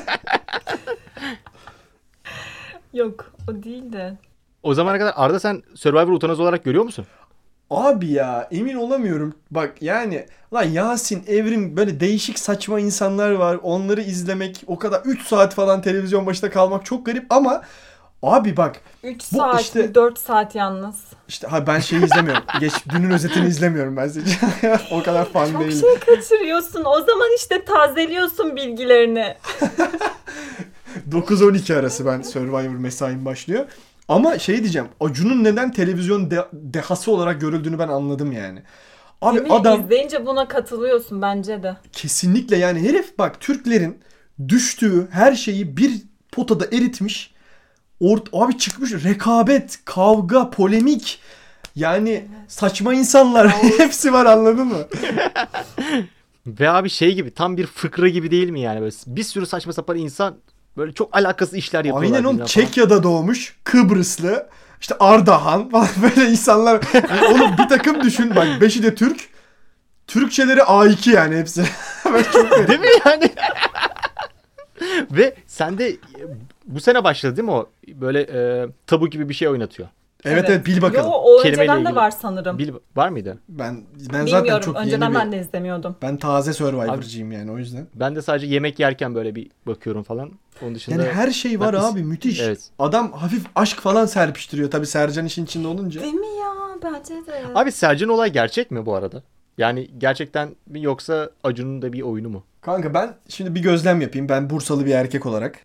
Speaker 1: Yok, o değil de.
Speaker 2: O zamana kadar Arda sen Survivor utanaz olarak görüyor musun?
Speaker 3: Abi ya emin olamıyorum. Bak yani lan Yasin, Evrim böyle değişik saçma insanlar var. Onları izlemek o kadar üç saat falan televizyon başında kalmak çok garip ama abi bak
Speaker 1: üç
Speaker 3: Bu
Speaker 1: saat
Speaker 3: işte-
Speaker 1: mi? dört saat yalnız.
Speaker 3: işte ha ben şeyi izlemiyorum. Geç dünün özetini izlemiyorum ben size. O kadar fan
Speaker 1: Çok
Speaker 3: değilim.
Speaker 1: şey kaçırıyorsun. O zaman işte tazeliyorsun bilgilerini.
Speaker 3: dokuz on iki arası ben Survivor mesaim başlıyor. Ama şey diyeceğim. Acun'un neden televizyon de- dehası olarak görüldüğünü ben anladım yani. Abi
Speaker 1: Değil mi?
Speaker 3: adam
Speaker 1: İzleyince buna katılıyorsun bence de.
Speaker 3: kesinlikle yani herif bak Türklerin düştüğü her şeyi bir potada eritmiş. Ort abi çıkmış rekabet, kavga, polemik. Yani saçma insanlar hepsi var anladın mı?
Speaker 2: Ve abi şey gibi tam bir fıkra gibi değil mi yani? Böyle bir sürü saçma sapan insan böyle çok alakasız işler yapıyorlar.
Speaker 3: Aynen oğlum
Speaker 2: birbirine falan.
Speaker 3: Çekya'da doğmuş Kıbrıslı işte Ardahan falan böyle insanlar. Yani oğlum bir takım düşün bak beşi de Türk. Türkçeleri A iki yani hepsi. Ben çok garip.
Speaker 2: Değil mi yani? Ve sende e, bu sene başladı değil mi o? Böyle e, tabu gibi bir şey oynatıyor.
Speaker 3: Evet evet bil bakalım.
Speaker 1: Yo, o
Speaker 2: Kelimeyle
Speaker 1: önceden de
Speaker 2: ilgili.
Speaker 1: var sanırım.
Speaker 2: Bil, var mıydı?
Speaker 3: Ben ben zaten
Speaker 1: Bilmiyorum.
Speaker 3: çok
Speaker 1: Önceden
Speaker 3: yeni
Speaker 1: ben
Speaker 3: bir
Speaker 1: de izlemiyordum.
Speaker 3: ben taze Survivor'cıyım yani o yüzden.
Speaker 2: Ben de sadece yemek yerken böyle bir bakıyorum falan. Onun dışında
Speaker 3: Yani her şey var
Speaker 2: Ben is-
Speaker 3: abi müthiş.
Speaker 2: Evet.
Speaker 3: Adam hafif aşk falan serpiştiriyor tabii Sercan işin içinde olunca.
Speaker 1: Değil mi ya? Bence de.
Speaker 2: Abi Sercan olay gerçek mi bu arada? Yani gerçekten mi yoksa Acun'un da bir oyunu mu?
Speaker 3: Kanka ben şimdi bir gözlem yapayım. Ben Bursalı bir erkek olarak.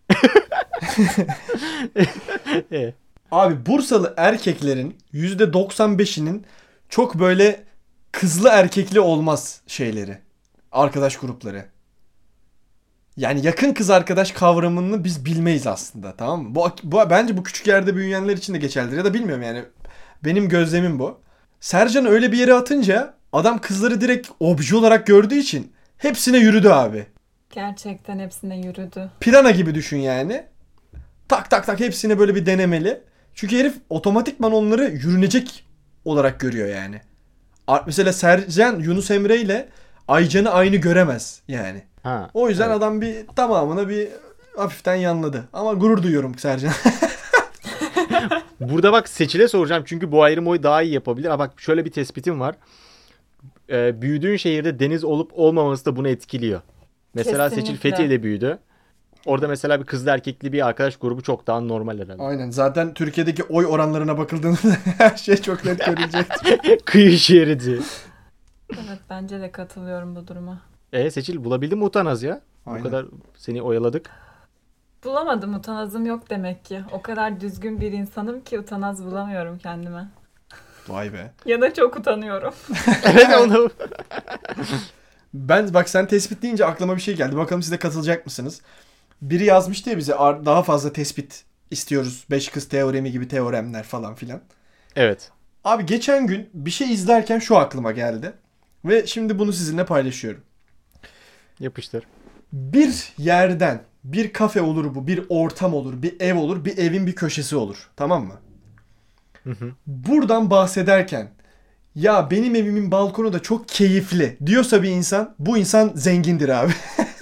Speaker 2: E,
Speaker 3: Abi Bursalı erkeklerin yüzde doksan beşinin çok böyle kızlı erkekli olmaz şeyleri. Arkadaş grupları. Yani yakın kız arkadaş kavramını biz bilmeyiz aslında, tamam mı? Bu, bu bence bu küçük yerde büyüyenler için de geçerlidir ya da bilmiyorum yani. Benim gözlemim bu. Sercan öyle bir yere atınca adam kızları direkt obje olarak gördüğü için hepsine yürüdü abi.
Speaker 1: Gerçekten hepsine yürüdü.
Speaker 3: Pirana gibi düşün yani. Tak tak tak hepsine böyle bir denemeli. Çünkü herif otomatikman onları yürünecek olarak görüyor yani. Ar- Mesela Sercan Yunus Emre ile Aycan'ı aynı göremez yani.
Speaker 2: ha.
Speaker 3: O yüzden
Speaker 2: evet.
Speaker 3: adam bir tamamını bir hafiften yanladı. Ama gurur duyuyorum Sercan.
Speaker 2: Burada bak Seçil'e soracağım çünkü bu ayrım oyu daha iyi yapabilir. Ama bak şöyle bir tespitim var. Ee, büyüdüğün şehirde deniz olup olmaması da bunu etkiliyor. Mesela Seçil
Speaker 1: Kesinlikle.
Speaker 2: Fethiye'de büyüdü. Orada mesela bir kızlı erkekli bir arkadaş grubu çok daha normal herhalde.
Speaker 3: Aynen. Zaten Türkiye'deki oy oranlarına bakıldığında her şey çok net görülecektir.
Speaker 2: Kıyı şeridi.
Speaker 1: Evet bence de katılıyorum bu duruma.
Speaker 2: E Seçil bulabildin mi utanaz ya?
Speaker 3: Aynen.
Speaker 2: Bu kadar seni oyaladık.
Speaker 1: Bulamadım, utanazım yok demek ki. O kadar düzgün bir insanım ki utanaz bulamıyorum kendime.
Speaker 3: Vay be.
Speaker 1: Ya da çok utanıyorum.
Speaker 2: Evet onu.
Speaker 3: Ben bak sen tespit deyince aklıma bir şey geldi. Bakalım siz de katılacak mısınız? Biri yazmıştı ya bize ar- daha fazla tespit istiyoruz. Beş kız teoremi gibi teoremler falan filan.
Speaker 2: Evet.
Speaker 3: Abi geçen gün bir şey izlerken şu aklıma geldi. Ve şimdi bunu sizinle paylaşıyorum.
Speaker 2: Yapıştır.
Speaker 3: Bir yerden bir kafe olur bu, bir ortam olur, bir ev olur, bir evin bir köşesi olur. Tamam mı?
Speaker 2: Hı hı.
Speaker 3: Buradan bahsederken ya benim evimin balkonu da çok keyifli diyorsa bir insan, bu insan zengindir abi.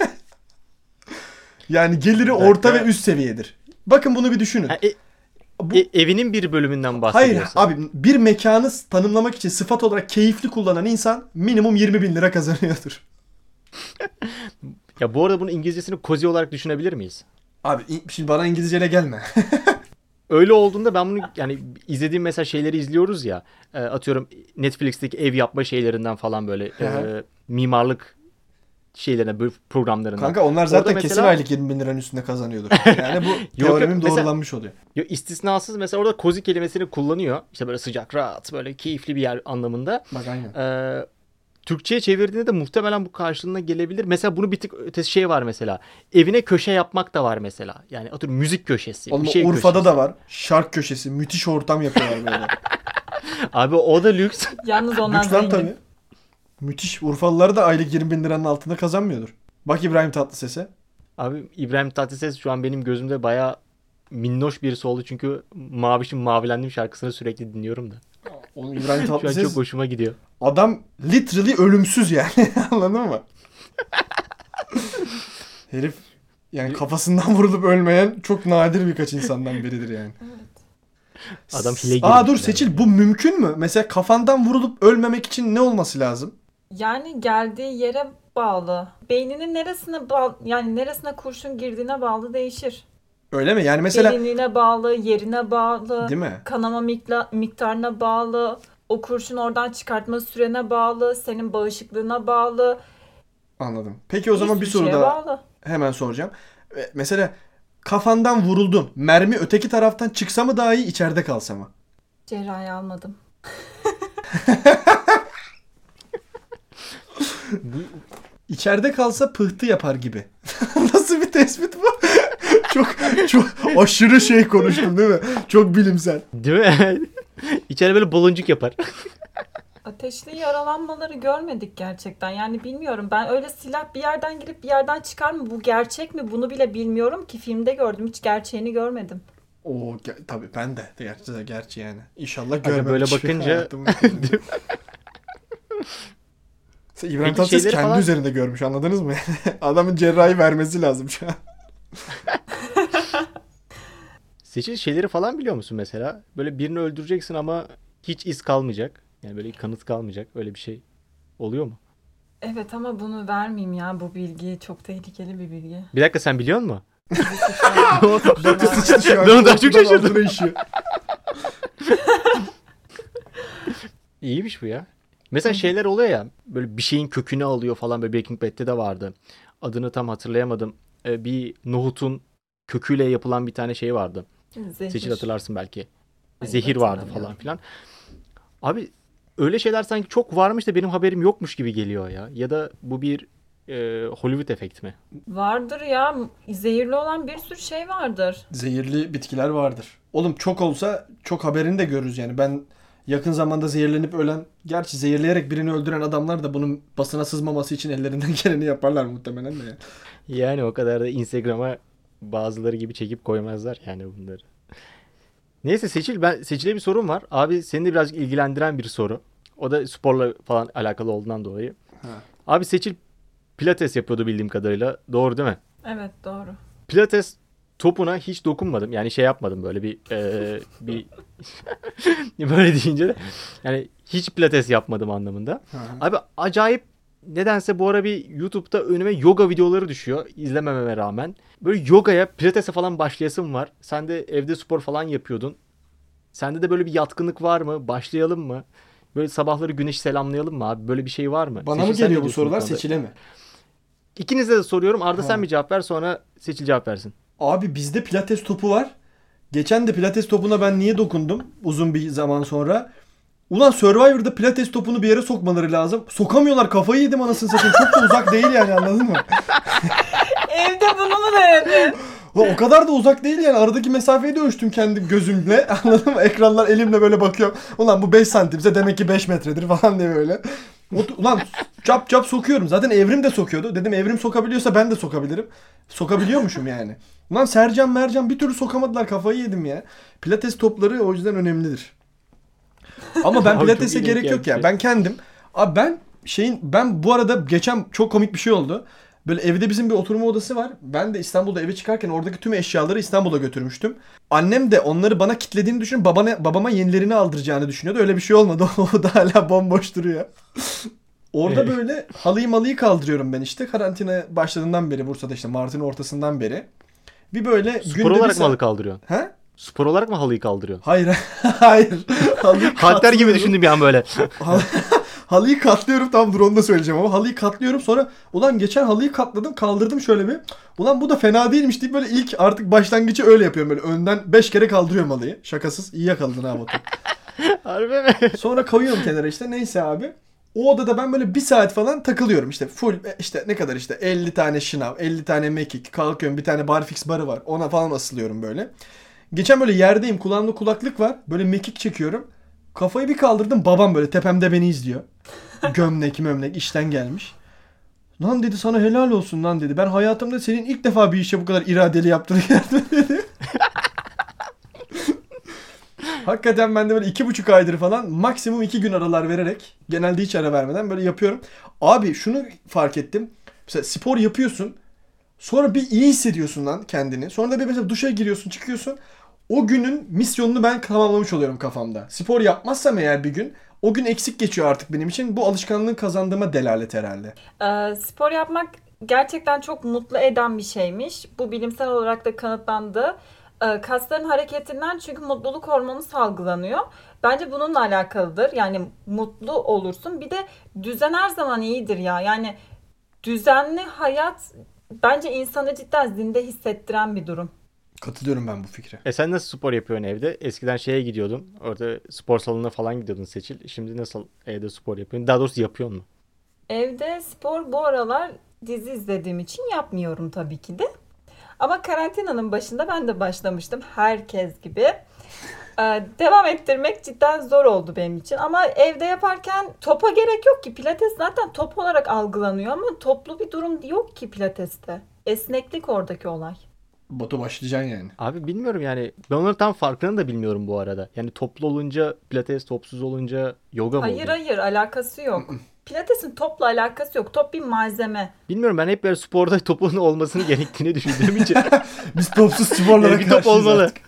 Speaker 3: Yani geliri
Speaker 2: Bir dakika.
Speaker 3: orta ve üst seviyedir. Bakın bunu bir düşünün.
Speaker 2: Ha, e-
Speaker 3: Bu-
Speaker 2: e- evinin bir bölümünden
Speaker 3: Hayır
Speaker 2: bahsediyorsun.
Speaker 3: abi, bir mekanı tanımlamak için sıfat olarak keyifli kullanan insan minimum yirmi bin lira kazanıyordur.
Speaker 2: Ya bu arada bunun İngilizcesini cozy olarak düşünebilir miyiz?
Speaker 3: Abi şimdi bana İngilizceyle gelme.
Speaker 2: Öyle olduğunda ben bunu yani izlediğim mesela şeyleri izliyoruz ya. E, atıyorum Netflix'teki ev yapma şeylerinden falan böyle
Speaker 3: Hı hı.
Speaker 2: e, mimarlık şeylerine, böyle programlarından.
Speaker 3: Kanka onlar zaten
Speaker 2: Orada
Speaker 3: kesin
Speaker 2: mesela-
Speaker 3: aylık yirmi bin liranın üstünde kazanıyordur. Yani bu
Speaker 2: yok,
Speaker 3: teoremim
Speaker 2: mesela-
Speaker 3: doğrulanmış oluyor.
Speaker 2: Yo, istisnasız mesela orada cozy kelimesini kullanıyor. İşte böyle sıcak, rahat, böyle keyifli bir yer anlamında.
Speaker 3: Bak aynen.
Speaker 2: Ee, Türkçe'ye çevirdiğinde de muhtemelen bu karşılığına gelebilir. Mesela bunu bir tık ötesi şey var mesela. Evine köşe yapmak da var mesela. Yani atıyorum müzik köşesi.
Speaker 3: Oğlum
Speaker 2: bir şey
Speaker 3: Urfa'da
Speaker 2: köşesi.
Speaker 3: da var. Şark köşesi. Müthiş ortam yapıyorlar böyle.
Speaker 2: Abi o da lüks.
Speaker 1: Yalnız onlar
Speaker 3: Lüks lan
Speaker 1: zengin.
Speaker 3: tabii. Müthiş. Urfalılar da aylık yirmi bin liranın altında kazanmıyordur. Bak İbrahim Tatlıses'e.
Speaker 2: Abi İbrahim Tatlıses şu an benim gözümde bayağı minnoş birisi oldu. Çünkü Mavişim Mavilendim şarkısını sürekli dinliyorum da.
Speaker 3: Oğlum İbrahim
Speaker 2: Şu an
Speaker 3: Tatlıses
Speaker 2: çok hoşuma gidiyor.
Speaker 3: adam literally ölümsüz yani. Anladın mı? Herif yani kafasından vurulup ölmeyen çok nadir birkaç insandan biridir yani.
Speaker 2: Adam hile girmiş.
Speaker 3: Aa dur
Speaker 2: yani.
Speaker 3: Seçil, bu mümkün mü? Mesela kafandan vurulup ölmemek için ne olması lazım?
Speaker 1: Yani geldiği yere bağlı. Beyninin neresine bağlı, yani neresine kurşun girdiğine bağlı değişir.
Speaker 3: Öyle mi? Yani mesela
Speaker 1: Derinliğine bağlı, yerine bağlı,
Speaker 3: değil mi?
Speaker 1: kanama mikla- miktarına bağlı, o kurşun oradan çıkartma sürene bağlı, senin bağışıklığına bağlı.
Speaker 3: Anladım. Peki o zaman bir
Speaker 1: sürü
Speaker 3: soru
Speaker 1: şeye
Speaker 3: daha
Speaker 1: bağlı.
Speaker 3: hemen soracağım. E, Mesela kafandan vuruldun. Mermi öteki taraftan çıksa mı daha iyi, içeride kalsa mı?
Speaker 1: Cerrahi almadım.
Speaker 3: İçeride kalsa pıhtı yapar gibi. Nasıl bir tespit bu? çok çok aşırı şey konuştum değil mi? Çok bilimsel.
Speaker 2: Değil mi? İçeri böyle baloncuk yapar.
Speaker 1: Ateşli yaralanmaları görmedik gerçekten. Yani bilmiyorum. Ben öyle silah bir yerden girip bir yerden çıkar mı? Bu gerçek mi? Bunu bile bilmiyorum ki. Filmde gördüm. Hiç gerçeğini görmedim.
Speaker 3: Oo ge- tabii ben de. Gerçi, gerçi yani. İnşallah
Speaker 2: Aga
Speaker 3: görmemiş.
Speaker 2: böyle bakınca-
Speaker 3: Sen İbrahim
Speaker 2: Peki
Speaker 3: Tatlıses
Speaker 2: şeyleri
Speaker 3: kendi
Speaker 2: falan-
Speaker 3: üzerinde görmüş, anladınız mı? Adamın cerrahi vermesi lazım şu an.
Speaker 2: Seçil şeyleri falan biliyor musun mesela? Böyle birini öldüreceksin ama hiç iz kalmayacak. Yani böyle kanıt kalmayacak. Öyle bir şey oluyor mu?
Speaker 1: Evet ama bunu vermeyeyim ya. Bu bilgi çok tehlikeli bir bilgi.
Speaker 2: Bir dakika, sen biliyor musun?
Speaker 3: Batı sıçtı şu an.
Speaker 2: Ben daha çok
Speaker 3: Korkudan
Speaker 2: şaşırdım.
Speaker 3: altına işiyor.
Speaker 2: İyiymiş bu ya. Mesela şeyler oluyor ya, böyle bir şeyin kökünü alıyor falan, böyle Breaking Bad'de de vardı. Adını tam hatırlayamadım. Ee, bir nohutun köküyle yapılan bir tane şey vardı.
Speaker 1: Zehir.
Speaker 2: Seçil hatırlarsın belki.
Speaker 1: Ay,
Speaker 2: Zehir vardı
Speaker 1: hatırlamıyorum.
Speaker 2: falan filan. Abi öyle şeyler sanki çok varmış da benim haberim yokmuş gibi geliyor ya. Ya da bu bir e, Hollywood efekt mi?
Speaker 1: Vardır ya. Zehirli olan bir sürü şey vardır.
Speaker 3: Zehirli bitkiler vardır. Oğlum çok olsa çok haberini de görürüz yani. Ben yakın zamanda zehirlenip ölen, gerçi zehirleyerek birini öldüren adamlar da bunun basına sızmaması için ellerinden geleni yaparlar muhtemelen de.
Speaker 2: Yani o kadar da Instagram'a bazıları gibi çekip koymazlar yani bunları. Neyse Seçil, ben Seçil'e bir sorum var. Abi seni de biraz ilgilendiren bir soru. O da sporla falan alakalı olduğundan dolayı.
Speaker 3: Ha.
Speaker 2: Abi Seçil pilates yapıyordu bildiğim kadarıyla. Doğru değil mi?
Speaker 1: Evet doğru.
Speaker 2: Pilates topuna hiç dokunmadım. Yani şey yapmadım, böyle bir e, bir böyle deyince de yani hiç pilates yapmadım anlamında.
Speaker 3: Hı hı.
Speaker 2: Abi acayip, nedense bu ara bir YouTube'da önüme yoga videoları düşüyor izlemememe rağmen. Böyle yogaya, pilatese falan başlayasım var. Sen de evde spor falan yapıyordun. Sende de böyle bir yatkınlık var mı? Başlayalım mı? Böyle sabahları güneşi selamlayalım mı abi? Böyle bir şey var mı?
Speaker 3: Bana
Speaker 2: Seçil,
Speaker 3: mı
Speaker 2: sen ne
Speaker 3: geliyor bu
Speaker 2: diyorsun
Speaker 3: sorular,
Speaker 2: konuda?
Speaker 3: Seçil'e mi?
Speaker 2: İkinize de soruyorum. Arda
Speaker 3: Ha.
Speaker 2: sen bir cevap ver, sonra Seçil cevap versin.
Speaker 3: Abi bizde pilates topu var. Geçen de pilates topuna ben niye dokundum uzun bir zaman sonra? Ulan Survivor'da pilates topunu bir yere sokmaları lazım. Sokamıyorlar, kafayı yedim anasını satayım. Çok da uzak değil yani, anladın mı?
Speaker 1: Evde bunu mu denedin?
Speaker 3: Ulan o kadar da uzak değil yani. Aradaki mesafeyi de ölçtüm kendi gözümle. Anladın mı? Ekranlar elimle böyle bakıyorum. Ulan bu beş santimse demek ki beş metredir falan diye böyle. Ulan çap çap sokuyorum. Zaten Evrim de sokuyordu. Dedim Evrim sokabiliyorsa ben de sokabilirim. Sokabiliyormuşum yani. Ulan Sercan Mercan bir türlü sokamadılar, kafayı yedim ya. Pilates topları o yüzden önemlidir. Ama ben
Speaker 2: Abi
Speaker 3: pilatese
Speaker 2: çok
Speaker 3: gerek
Speaker 2: ilginç
Speaker 3: yok
Speaker 2: bir
Speaker 3: ya.
Speaker 2: şey.
Speaker 3: Ben kendim. Abi ben şeyin ben bu arada geçen çok komik bir şey oldu. Böyle evde bizim bir oturma odası var. Ben de İstanbul'da eve çıkarken oradaki tüm eşyaları İstanbul'a götürmüştüm. Annem de onları bana kilitlediğini düşünüp babana, babama yenilerini aldıracağını düşünüyordu. Öyle bir şey olmadı. O da hala bomboş duruyor. Orada böyle halıyı malıyı kaldırıyorum ben işte. Karantina başladığından beri Bursa'da, işte Mart'ın ortasından beri. Bir böyle
Speaker 2: Spor
Speaker 3: günde bir
Speaker 2: olarak mı
Speaker 3: saat-
Speaker 2: halı kaldırıyorsun?
Speaker 3: He?
Speaker 2: Spor olarak mı halıyı kaldırıyorsun?
Speaker 3: Hayır. Hayır. Halıyı
Speaker 2: Halter gibi
Speaker 3: katlıyorum.
Speaker 2: düşündüm bir an böyle.
Speaker 3: Hal- halıyı katlıyorum, tam dur onu da söyleyeceğim ama halıyı katlıyorum, sonra ulan geçen halıyı katladım, kaldırdım şöyle bir, ulan bu da fena değilmiş deyip böyle ilk artık başlangıcı öyle yapıyorum, böyle önden beş kere kaldırıyorum halıyı, şakasız, iyi yakaladın ha Batu.
Speaker 2: Harbi mi?
Speaker 3: Sonra koyuyorum kenara, işte neyse abi, o odada ben böyle bir saat falan takılıyorum, işte full işte ne kadar işte elli tane şınav, elli tane mekik, kalkıyorum, bir tane barfix barı var, ona falan asılıyorum böyle. Geçen böyle yerdeyim, kulağımda kulaklık var, böyle mekik çekiyorum. Kafayı bir kaldırdım, babam böyle tepemde beni izliyor. Gömlek mömlek işten gelmiş. Lan dedi sana helal olsun lan dedi. Ben hayatımda senin ilk defa bir işe bu kadar iradeli yaptığını gördüm dedi. Hakikaten ben de böyle iki buçuk aydır falan maksimum iki gün aralar vererek, genelde hiç ara vermeden böyle yapıyorum. Abi şunu fark ettim. Mesela spor yapıyorsun. Sonra bir iyi hissediyorsun lan kendini. Sonra da bir mesela duşa giriyorsun, çıkıyorsun. O günün misyonunu ben tamamlamış oluyorum kafamda. Spor yapmazsam eğer bir gün, o gün eksik geçiyor artık benim için. Bu alışkanlığın kazandığıma delalet herhalde.
Speaker 1: Ee, spor yapmak gerçekten çok mutlu eden bir şeymiş. Bu bilimsel olarak da kanıtlandı. Ee, kasların hareketinden çünkü mutluluk hormonu salgılanıyor. Bence bununla alakalıdır. Yani mutlu olursun. Bir de düzen her zaman iyidir ya. Yani düzenli hayat bence insanı cidden zinde hissettiren bir durum.
Speaker 3: Katılıyorum ben bu fikre.
Speaker 2: E sen nasıl spor yapıyorsun evde? Eskiden şeye gidiyordun. Orada spor salonuna falan gidiyordun Seçil. Şimdi nasıl evde spor yapıyorsun? Daha doğrusu yapıyor musun?
Speaker 1: Evde spor bu aralar dizi izlediğim için yapmıyorum tabii ki de. Ama karantinanın başında ben de başlamıştım herkes gibi. Ee, devam ettirmek cidden zor oldu benim için. Ama evde yaparken topa gerek yok ki. Pilates zaten top olarak algılanıyor ama toplu bir durum yok ki pilateste. Esneklik oradaki olay.
Speaker 3: Batu başlayacaksın yani.
Speaker 2: Abi bilmiyorum yani. Ben onların tam farkını da bilmiyorum bu arada. Yani toplu olunca pilates, topsuz olunca yoga mı
Speaker 1: Hayır
Speaker 2: oluyor?
Speaker 1: hayır alakası yok. Pilatesin topla alakası yok. Top bir malzeme.
Speaker 2: Bilmiyorum, ben hep böyle sporda topun olmasını gerektiğini düşündüğüm için.
Speaker 3: Biz topsuz sporlara
Speaker 2: Yani bir top
Speaker 3: karşıyız
Speaker 2: olmalı.
Speaker 3: artık.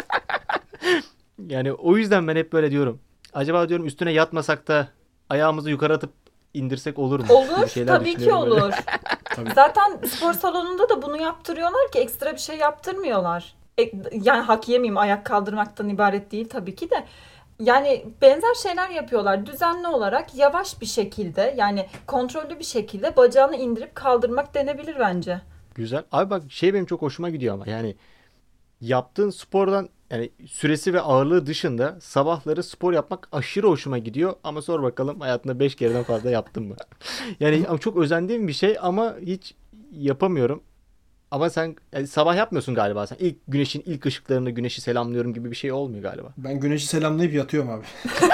Speaker 2: Yani o yüzden ben hep böyle diyorum. Acaba diyorum üstüne yatmasak da ayağımızı yukarı atıp indirsek olur mu?
Speaker 1: Olur
Speaker 2: Gibi şeyler
Speaker 1: tabii ki
Speaker 2: düşünüyorum böyle.
Speaker 1: olur.
Speaker 3: Tabii.
Speaker 1: Zaten spor salonunda da bunu yaptırıyorlar ki ekstra bir şey yaptırmıyorlar. E, yani hak yemeyeyim, ayak kaldırmaktan ibaret değil tabii ki de. Yani benzer şeyler yapıyorlar. Düzenli olarak yavaş bir şekilde yani kontrollü bir şekilde bacağını indirip kaldırmak denebilir bence.
Speaker 2: Güzel. Abi bak şey benim çok hoşuma gidiyor ama yani yaptığın spordan yani süresi ve ağırlığı dışında sabahları spor yapmak aşırı hoşuma gidiyor ama sor bakalım hayatında beş kereden fazla yaptın mı? Yani ama çok özendiğim bir şey ama hiç yapamıyorum. Ama sen yani sabah yapmıyorsun galiba sen. İlk güneşin ilk ışıklarında güneşi selamlıyorum gibi bir şey olmuyor galiba.
Speaker 3: Ben güneşi selamlayıp yatıyorum abi.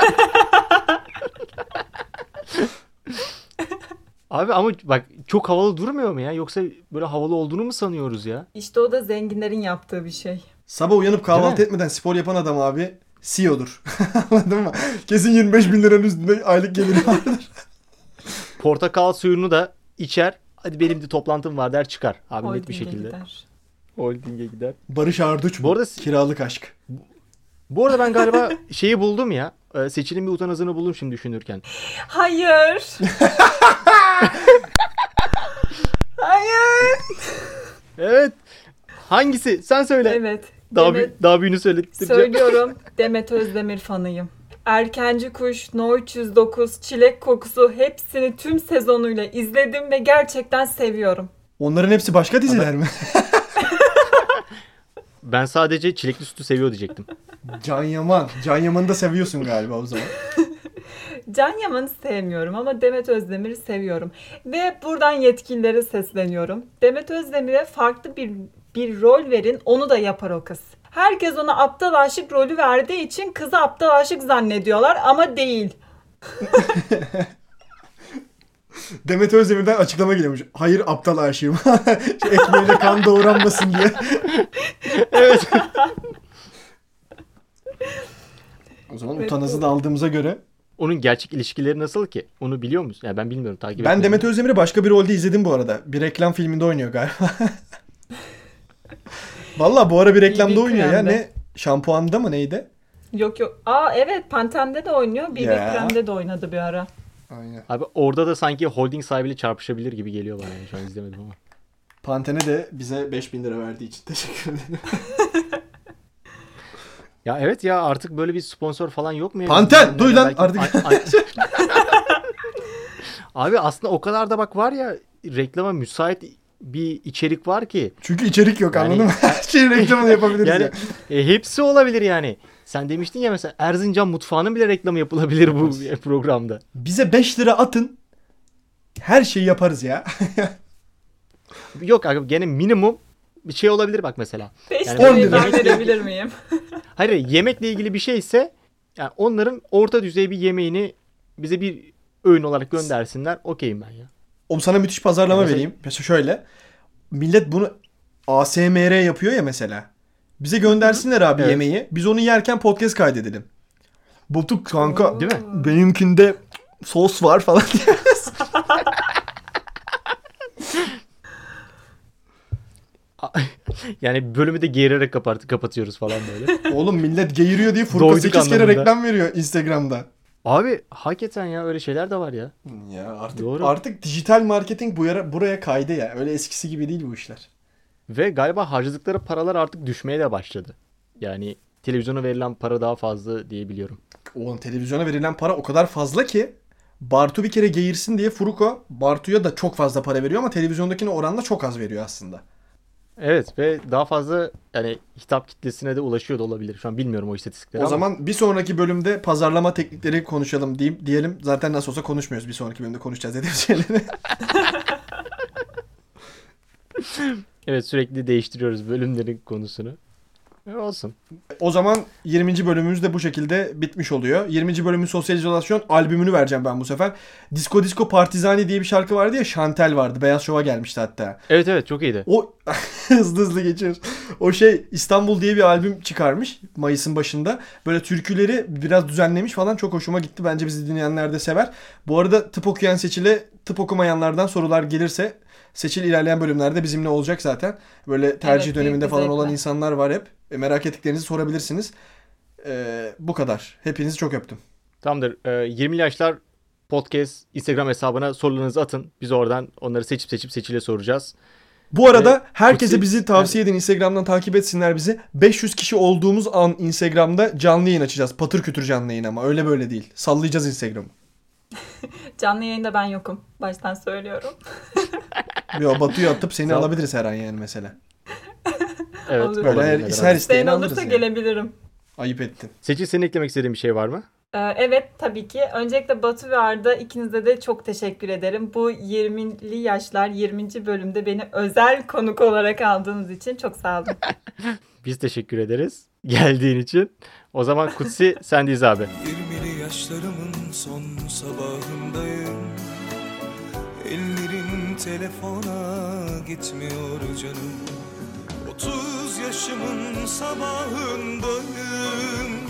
Speaker 2: Abi ama bak çok havalı durmuyor mu ya? Yoksa böyle havalı olduğunu mu sanıyoruz ya?
Speaker 1: İşte o da zenginlerin yaptığı bir şey.
Speaker 3: Sabah uyanıp kahvaltı
Speaker 2: Değil mi?
Speaker 3: etmeden spor yapan adam abi C E O'dur. Anladın mı? Kesin yirmi beş bin liranın üstünde aylık geliri vardır.
Speaker 2: Portakal suyunu da içer. Hadi benim de toplantım var der çıkar. Abi net bir
Speaker 1: Holding'e
Speaker 2: şekilde.
Speaker 1: gider.
Speaker 2: Holding'e gider.
Speaker 3: Barış Arduç bu.
Speaker 2: Bu arada-
Speaker 3: Kiralık aşk.
Speaker 2: Bu arada ben galiba şeyi buldum ya. Ee, Seçil'in bir utanazını buldum şimdi düşünürken.
Speaker 1: Hayır. Hayır.
Speaker 2: Evet. Hangisi? Sen söyle.
Speaker 1: Evet.
Speaker 2: Daha,
Speaker 1: Demet-
Speaker 2: büyük, daha büyüğünü söylettireceğim.
Speaker 1: Söylüyorum. Demet Özdemir fanıyım. Erkenci Kuş, No üç yüz dokuz, Çilek Kokusu hepsini tüm sezonuyla izledim ve gerçekten seviyorum.
Speaker 3: Onların hepsi başka diziler mi?
Speaker 2: Ben sadece çilekli sütü seviyor diyecektim.
Speaker 3: Can Yaman. Can Yaman'ı da seviyorsun galiba o zaman.
Speaker 1: Can Yaman'ı sevmiyorum ama Demet Özdemir'i seviyorum. Ve buradan yetkililere sesleniyorum. Demet Özdemir'e farklı bir bir rol verin, onu da yapar o kız. Herkes ona aptal aşık rolü verdiği için kızı aptal aşık zannediyorlar ama değil.
Speaker 3: Demet Özdemir'den açıklama geliyormuş. Hayır aptal aşığım. Şey, ekmeğine kan doğranmasın diye.
Speaker 2: Evet.
Speaker 3: O zaman
Speaker 1: Evet,
Speaker 3: utanazı
Speaker 1: bu-
Speaker 3: da aldığımıza göre.
Speaker 2: Onun gerçek ilişkileri nasıl ki? Onu biliyor musun? Yani ben bilmiyorum, takip
Speaker 3: Ben
Speaker 2: etmiyorum.
Speaker 3: Demet Özdemir'i başka bir rolde izledim bu arada. Bir reklam filminde oynuyor galiba. Valla bu ara bir reklamda
Speaker 1: B B
Speaker 3: oynuyor ya.
Speaker 1: Krem'de.
Speaker 3: Ne? Şampuanda mı neydi?
Speaker 1: Yok yok. Aa evet, Panten'de de oynuyor. B B
Speaker 3: Ya.
Speaker 1: Krem'de de oynadı bir ara.
Speaker 3: Aynen.
Speaker 2: Abi orada da sanki holding sahibiyle çarpışabilir gibi geliyor bana. Yani şu an izlemedim ama.
Speaker 3: Pantene de bize beş bin lira verdiği için teşekkür ederim.
Speaker 2: Ya evet ya, artık böyle bir sponsor falan yok mu ya?
Speaker 3: Panten,
Speaker 2: Bizim
Speaker 3: duy lan
Speaker 2: belki-
Speaker 3: artık.
Speaker 2: Ay- ay- Abi aslında o kadar da bak var ya, reklama müsait bir içerik var ki.
Speaker 3: Çünkü içerik yok,
Speaker 2: Yani-
Speaker 3: anladın mı? Her şeyin reklamını yapabiliriz
Speaker 2: Yani
Speaker 3: ya.
Speaker 2: e, hepsi olabilir yani. Sen demiştin ya mesela Erzincan mutfağının bile reklamı yapılabilir bu programda.
Speaker 3: Bize beş lira atın. Her şeyi yaparız ya.
Speaker 2: Yok abi, gene minimum bir şey olabilir bak mesela.
Speaker 1: beş
Speaker 2: Yani
Speaker 1: lirayı
Speaker 3: on lira.
Speaker 1: ben verebilir miyim?
Speaker 2: Hayır, yemekle ilgili bir şeyse yani onların orta düzey bir yemeğini bize bir öğün olarak göndersinler. Okeyim ben ya.
Speaker 3: O sana müthiş pazarlama
Speaker 2: Mesela-
Speaker 3: vereyim. Mesela şöyle. Millet bunu A S M R yapıyor ya mesela. Bize göndersinler abi
Speaker 2: Evet.
Speaker 3: yemeği. Biz onu yerken podcast kaydedelim. Batu kanka
Speaker 2: Değil mi?
Speaker 3: benimkinde sos var falan diye.
Speaker 2: Yani bölümü de geğirerek kapart kapatıyoruz falan böyle.
Speaker 3: Oğlum millet geğiriyor diye Furkan
Speaker 2: Doyduk
Speaker 3: sekiz kere
Speaker 2: anlamında.
Speaker 3: reklam veriyor Instagram'da.
Speaker 2: Abi hakikaten ya öyle şeyler de var ya.
Speaker 3: Ya artık
Speaker 2: Doğru.
Speaker 3: artık dijital marketing bu yara, buraya kaydı ya. Öyle eskisi gibi değil bu işler.
Speaker 2: Ve galiba harcadıkları paralar artık düşmeye de başladı. Yani televizyona verilen para daha fazla diye biliyorum.
Speaker 3: Oğlum televizyona verilen para o kadar fazla ki Bartu bir kere geğirsin diye Furuko Bartu'ya da çok fazla para veriyor ama televizyondakine oranla çok az veriyor aslında.
Speaker 2: Evet ve daha fazla yani hitap kitlesine de ulaşıyor da olabilir. Şu an bilmiyorum o istatistikleri
Speaker 3: O
Speaker 2: ama.
Speaker 3: zaman bir sonraki bölümde pazarlama teknikleri konuşalım diyeyim, diyelim. Zaten nasıl olsa konuşmuyoruz. Bir sonraki bölümde konuşacağız dediğim şeyleri.
Speaker 2: Evet sürekli değiştiriyoruz bölümlerin konusunu. E, olsun.
Speaker 3: O zaman yirminci bölümümüz de bu şekilde bitmiş oluyor. yirminci bölümün Sosyal İzolasyon albümünü vereceğim ben bu sefer. Disco Disco Partizani diye bir şarkı vardı ya, Şantel vardı. Beyaz Şov'a gelmişti hatta.
Speaker 2: Evet evet çok iyiydi.
Speaker 3: O hızlı hızlı geçiyoruz. O şey İstanbul diye bir albüm çıkarmış Mayıs'ın başında. Böyle türküleri biraz düzenlemiş falan, çok hoşuma gitti. Bence bizi dinleyenler de sever. Bu arada tıp okuyan Seçil'e tıp okumayanlardan sorular gelirse Seçil ilerleyen bölümlerde bizimle olacak zaten. Böyle tercih
Speaker 1: Evet,
Speaker 3: döneminde
Speaker 1: büyük bir
Speaker 3: falan
Speaker 1: zevkle.
Speaker 3: olan insanlar var hep. E, merak ettiklerinizi sorabilirsiniz. E, bu kadar. Hepinizi çok öptüm.
Speaker 2: Tamamdır. Ee, yirmili Yaşlar Podcast Instagram hesabına sorularınızı atın. Biz oradan onları seçip seçip Seçil'e soracağız.
Speaker 3: Bu arada
Speaker 2: Ve
Speaker 3: herkese
Speaker 2: Kutsi-
Speaker 3: bizi tavsiye edin. Instagram'dan takip etsinler bizi. beş yüz kişi olduğumuz an Instagram'da canlı yayın açacağız. Patır kütür canlı yayın ama öyle böyle değil. Sallayacağız Instagram'ı.
Speaker 1: Canlı yayında ben yokum. Baştan söylüyorum.
Speaker 3: Yo, Batu'yu atıp seni
Speaker 2: Sağ ol.
Speaker 3: alabiliriz her an yani mesela.
Speaker 2: Evet.
Speaker 1: Olur.
Speaker 3: Böyle
Speaker 2: olabilir,
Speaker 3: her,
Speaker 2: neden
Speaker 3: her
Speaker 2: olmasın.
Speaker 3: isteğini
Speaker 1: İsteyen
Speaker 3: alırız
Speaker 1: olursa
Speaker 3: yani.
Speaker 1: gelebilirim.
Speaker 3: Ayıp ettin.
Speaker 2: Seçil senin eklemek istediğin bir şey var mı?
Speaker 1: Ee, Evet tabii ki. Öncelikle Batu ve Arda, ikinize de çok teşekkür ederim. Bu yirmili yaşlar yirminci bölümde beni özel konuk olarak aldığınız için çok sağ olun.
Speaker 2: Biz teşekkür ederiz geldiğin için. O zaman Kutsi sendeyiz abi.
Speaker 4: Yirmili yaşlarımın son sabahındayım. Ellerim telefona gitmiyor canım. Otuz yaşımın sabahındayım.